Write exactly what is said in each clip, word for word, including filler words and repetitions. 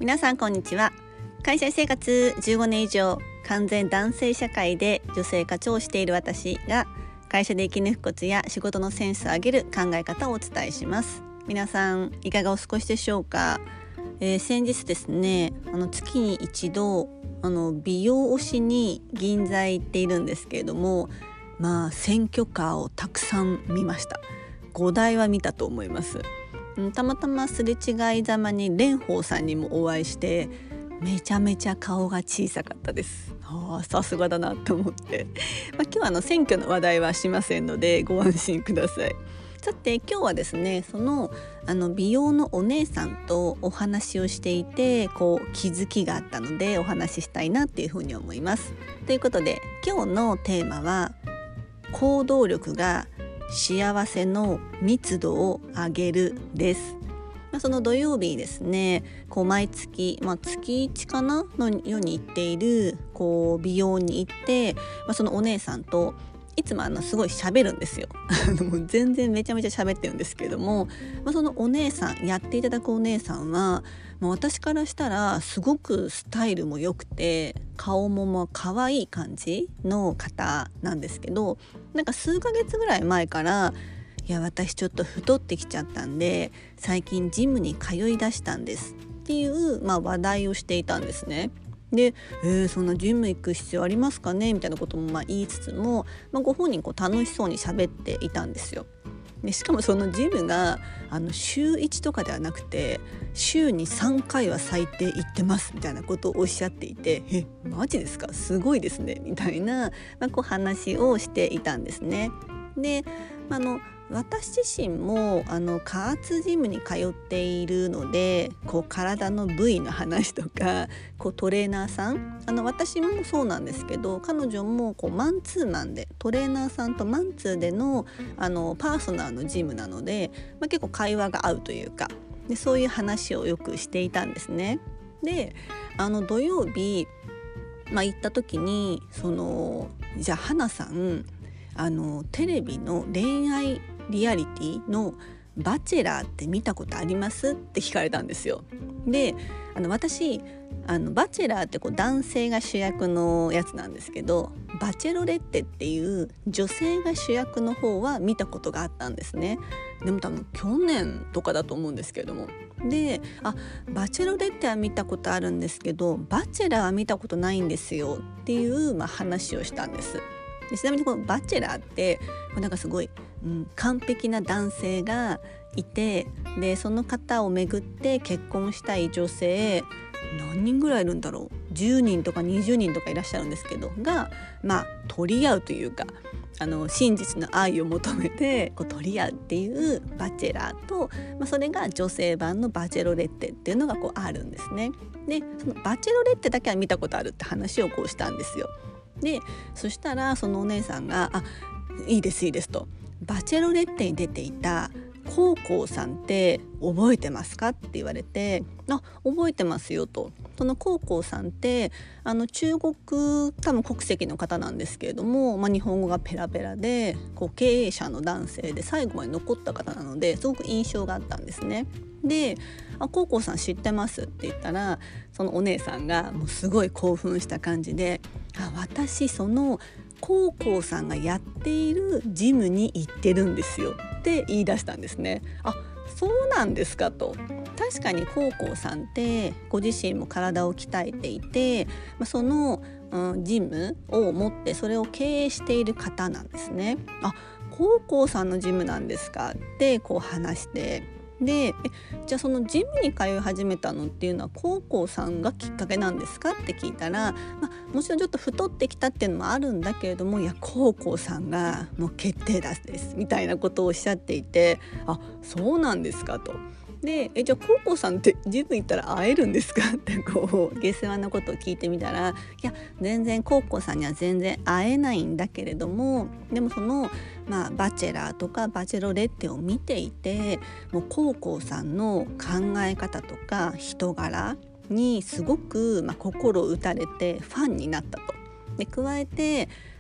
皆さんこんにちは。会社生活じゅうごねん以上、完全男性社会で女性課長をしている私が、会社で生き抜くコツや仕事のセンスを上げる考え方をお伝えします。皆さんいかがお過ごしでしょうか。えー、先日ですね、あの月に一度あの美容をしに銀座へ行っているんですけれども、まあ選挙カーをたくさん見ました。ごだいは見たと思います。たまたますれ違いざまに蓮舫さんにもお会いして、めちゃめちゃ顔が小さかったです。ああ、さすがだなと思って、まあ、今日はあの選挙の話題はしませんのでご安心ください。さて今日はですね、そのあの美容のお姉さんとお話をしていて、こう気づきがあったのでお話ししたいなっていうふうに思います。ということで今日のテーマは、行動力が幸せの密度を上げるです。その土曜日ですね、こう毎月、まあ、月いちかなのように行っているこう美容に行って、まあ、そのお姉さんといつもあのすごい喋るんですよもう全然めちゃめちゃ喋ってるんですけども、まあ、そのお姉さんやっていただくお姉さんは、まあ、私からしたらすごくスタイルも良くて顔もまあ可愛い感じの方なんですけど、なんか数ヶ月ぐらい前から、いや私ちょっと太ってきちゃったんで最近ジムに通い出したんですっていう、まあ、話題をしていたんですね。で、えー、そんなジム行く必要ありますかねみたいなこともまあ言いつつも、まあ、ご本人こう楽しそうに喋っていたんですよ。でしかもそのジムがあの週いちとかではなくて週にさんかいは最低行ってますみたいなことをおっしゃっていて、えマジですか、すごいですねみたいな、まあ、こう話をしていたんですね。で、あの私自身もあの加圧ジムに通っているので、こう体の部位の話とかこうトレーナーさん、あの私もそうなんですけど、彼女もこうマンツーマンでトレーナーさんとマンツーで の, あのパーソナルのジムなので、まあ、結構会話が合うというかで、そういう話をよくしていたんですね。で、あの土曜日、まあ、行った時にそのじゃあ花さんあのテレビの恋愛リアリティのバチェラーって見たことありますって聞かれたんですよ。で、あの私あのバチェラーってこう男性が主役のやつなんですけど、バチェロレッテっていう女性が主役の方は見たことがあったんですね。でも多分去年とかだと思うんですけれども、で、あ、バチェロレッテは見たことあるんですけどバチェラーは見たことないんですよっていう、まあ、話をしたんです。でちなみにこのバチェラーってなんかすごい、うん、完璧な男性がいて、でその方をめぐって結婚したい女性何人ぐらいいるんだろう、じゅうにんとかにじゅうにんとかいらっしゃるんですけどが、まあ取り合うというか、あの真実の愛を求めてこう取り合うっていうバチェラーと、まあ、それが女性版のバチェロレッテっていうのがこうあるんですね。でそのバチェロレッテだけは見たことあるって話をこうしたんですよ。でそしたらそのお姉さんが、あ、いいですいいですと、バチェロレッテに出ていたコウコウさんって覚えてますかって言われて、あ、覚えてますよと。そのコウコウさんってあの中国多分国籍の方なんですけれども、まあ、日本語がペラペラでこう経営者の男性で最後まで残った方なのですごく印象があったんですね。で、あ、コウコウさん知ってますって言ったら、そのお姉さんがもうすごい興奮した感じで、あ、私そのコウコウさんがやっているジムに行ってるんですよって言い出したんですね。あ、そうなんですかと。確かにコウコウさんってご自身も体を鍛えていて、まあ、その、うん、ジムを持ってそれを経営している方なんですね。あ、コウコウさんのジムなんですかってこう話して、でえじゃあそのジムに通い始めたのっていうのはコウコウさんがきっかけなんですかって聞いたら、まあ、もちろんちょっと太ってきたっていうのもあるんだけれども、いやコウコウさんがもう決定打ですみたいなことをおっしゃっていて、あ、そうなんですかと。でえじゃあコウコウさんってジム行ったら会えるんですかってこう下世話なことを聞いてみたら、いや全然コウコウさんには全然会えないんだけれども、でもその、まあ、バチェラーとかバチェロレッテを見ていて、もうコウコウさんの考え方とか人柄にすごく、まあ、心を打たれてファンになったと。で加えて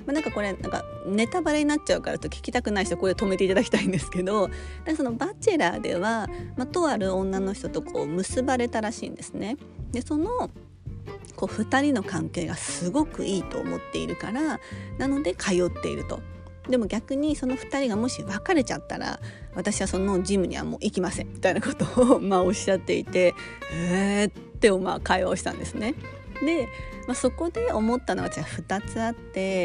まあ、なんかこれなんかネタバレになっちゃうからと聞きたくない人これ止めていただきたいんですけど、そのバチェラーでは、まあ、とある女の人とこう結ばれたらしいんですね。でそのこうふたりの関係がすごくいいと思っているから、なので通っていると。でも逆にそのふたりがもし別れちゃったら、私はそのジムにはもう行きませんみたいなことをまあおっしゃっていて、えーってまあ会話をしたんですね。で、まあ、そこで思ったのは私はふたつあって、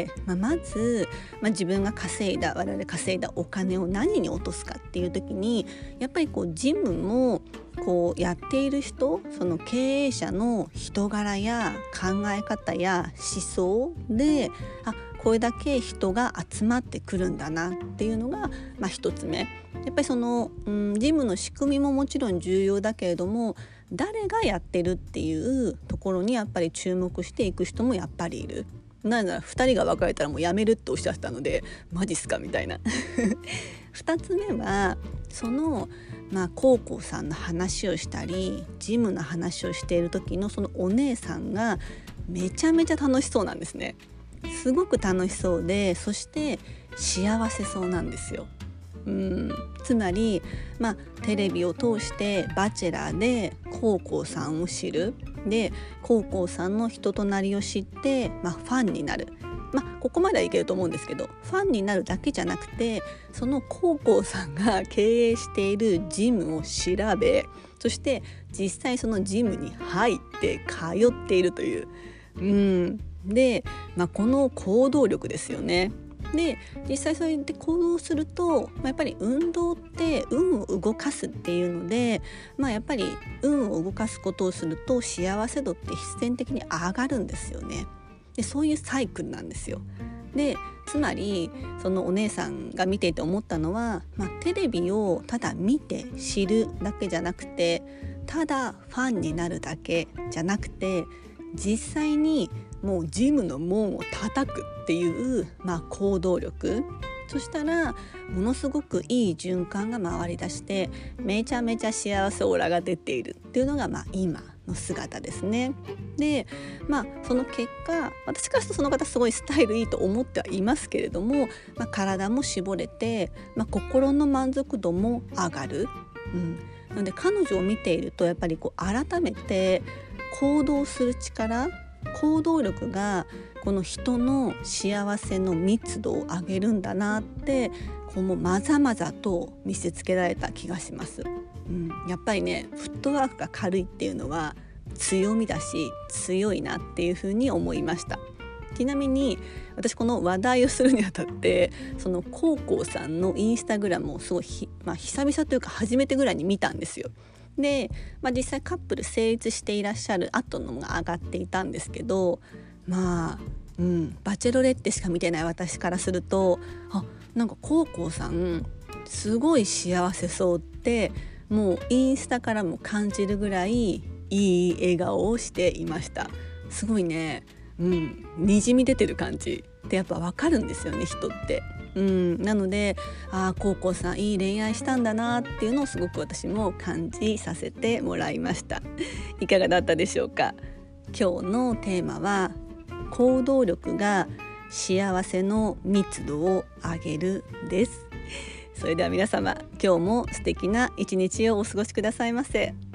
まあ、まず、まあ、自分が稼いだ我々稼いだお金を何に落とすかっていう時に、やっぱりこうジムもこうやっている人、その経営者の人柄や考え方や思想で、あこれだけ人が集まってくるんだなっていうのが、まあ、ひとつめ。やっぱりその、うん、ジムの仕組みももちろん重要だけれども、誰がやってるっていうところにやっぱり注目していく人もやっぱりいる。なんならふたりが別れたらもうやめるっておっしゃってたので、マジっすかみたいなふたつめはその、まあ、コウコウさんの話をしたりジムの話をしている時のそのお姉さんがめちゃめちゃ楽しそうなんですね。すごく楽しそうで、そして幸せそうなんですよ。うん、つまり、まあ、テレビを通してバチェラーでコウコウさんを知る、でコウコウさんの人となりを知って、まあ、ファンになる。まあ、ここまではいけると思うんですけど、ファンになるだけじゃなくて、そのコウコウさんが経営しているジムを調べ、そして実際そのジムに入って通っているという、うんで、まあ、この行動力ですよね。で実際そうやって行動すると、まあ、やっぱり運動って運を動かすっていうので、まあ、やっぱり運を動かすことをすると幸せ度って必然的に上がるんですよね。でそういうサイクルなんですよ。でつまりそのお姉さんが見ていて思ったのは、まあ、テレビをただ見て知るだけじゃなくて、ただファンになるだけじゃなくて、実際にもうジムの門を叩くっていう、まあ、行動力。そしたらものすごくいい循環が回り出して、めちゃめちゃ幸せオーラが出ているっていうのが、まあ、今の姿ですね。で、まあ、その結果、私からするとその方すごいスタイルいいと思ってはいますけれども、まあ、体も絞れて、まあ、心の満足度も上がる。うん、なので彼女を見ているとやっぱりこう改めて行動する力、行動力がこの人の幸せの密度を上げるんだなって、こうもうまざまざと見せつけられた気がします。うん、やっぱりね、フットワークが軽いっていうのは強みだし強いなっていうふうに思いました。ちなみに私この話題をするにあたって、そのコウコウさんのインスタグラムをすごいひ、まあ、久々というか初めてぐらいに見たんですよ。で、まあ、実際カップル成立していらっしゃる後のが上がっていたんですけど、まあ、うん、バチェロレッテしか見てない私からすると、あ、なんかコウコウさんすごい幸せそうってもうインスタからも感じるぐらいいい笑顔をしていました。すごいね、うん、にじみ出てる感じってやっぱ分かるんですよね、人って。うん、なので、ああコウコウさんいい恋愛したんだなっていうのをすごく私も感じさせてもらいました。いかがだったでしょうか。今日のテーマは行動力が幸せの密度を上げるです。それでは皆様、今日も素敵な一日をお過ごしくださいませ。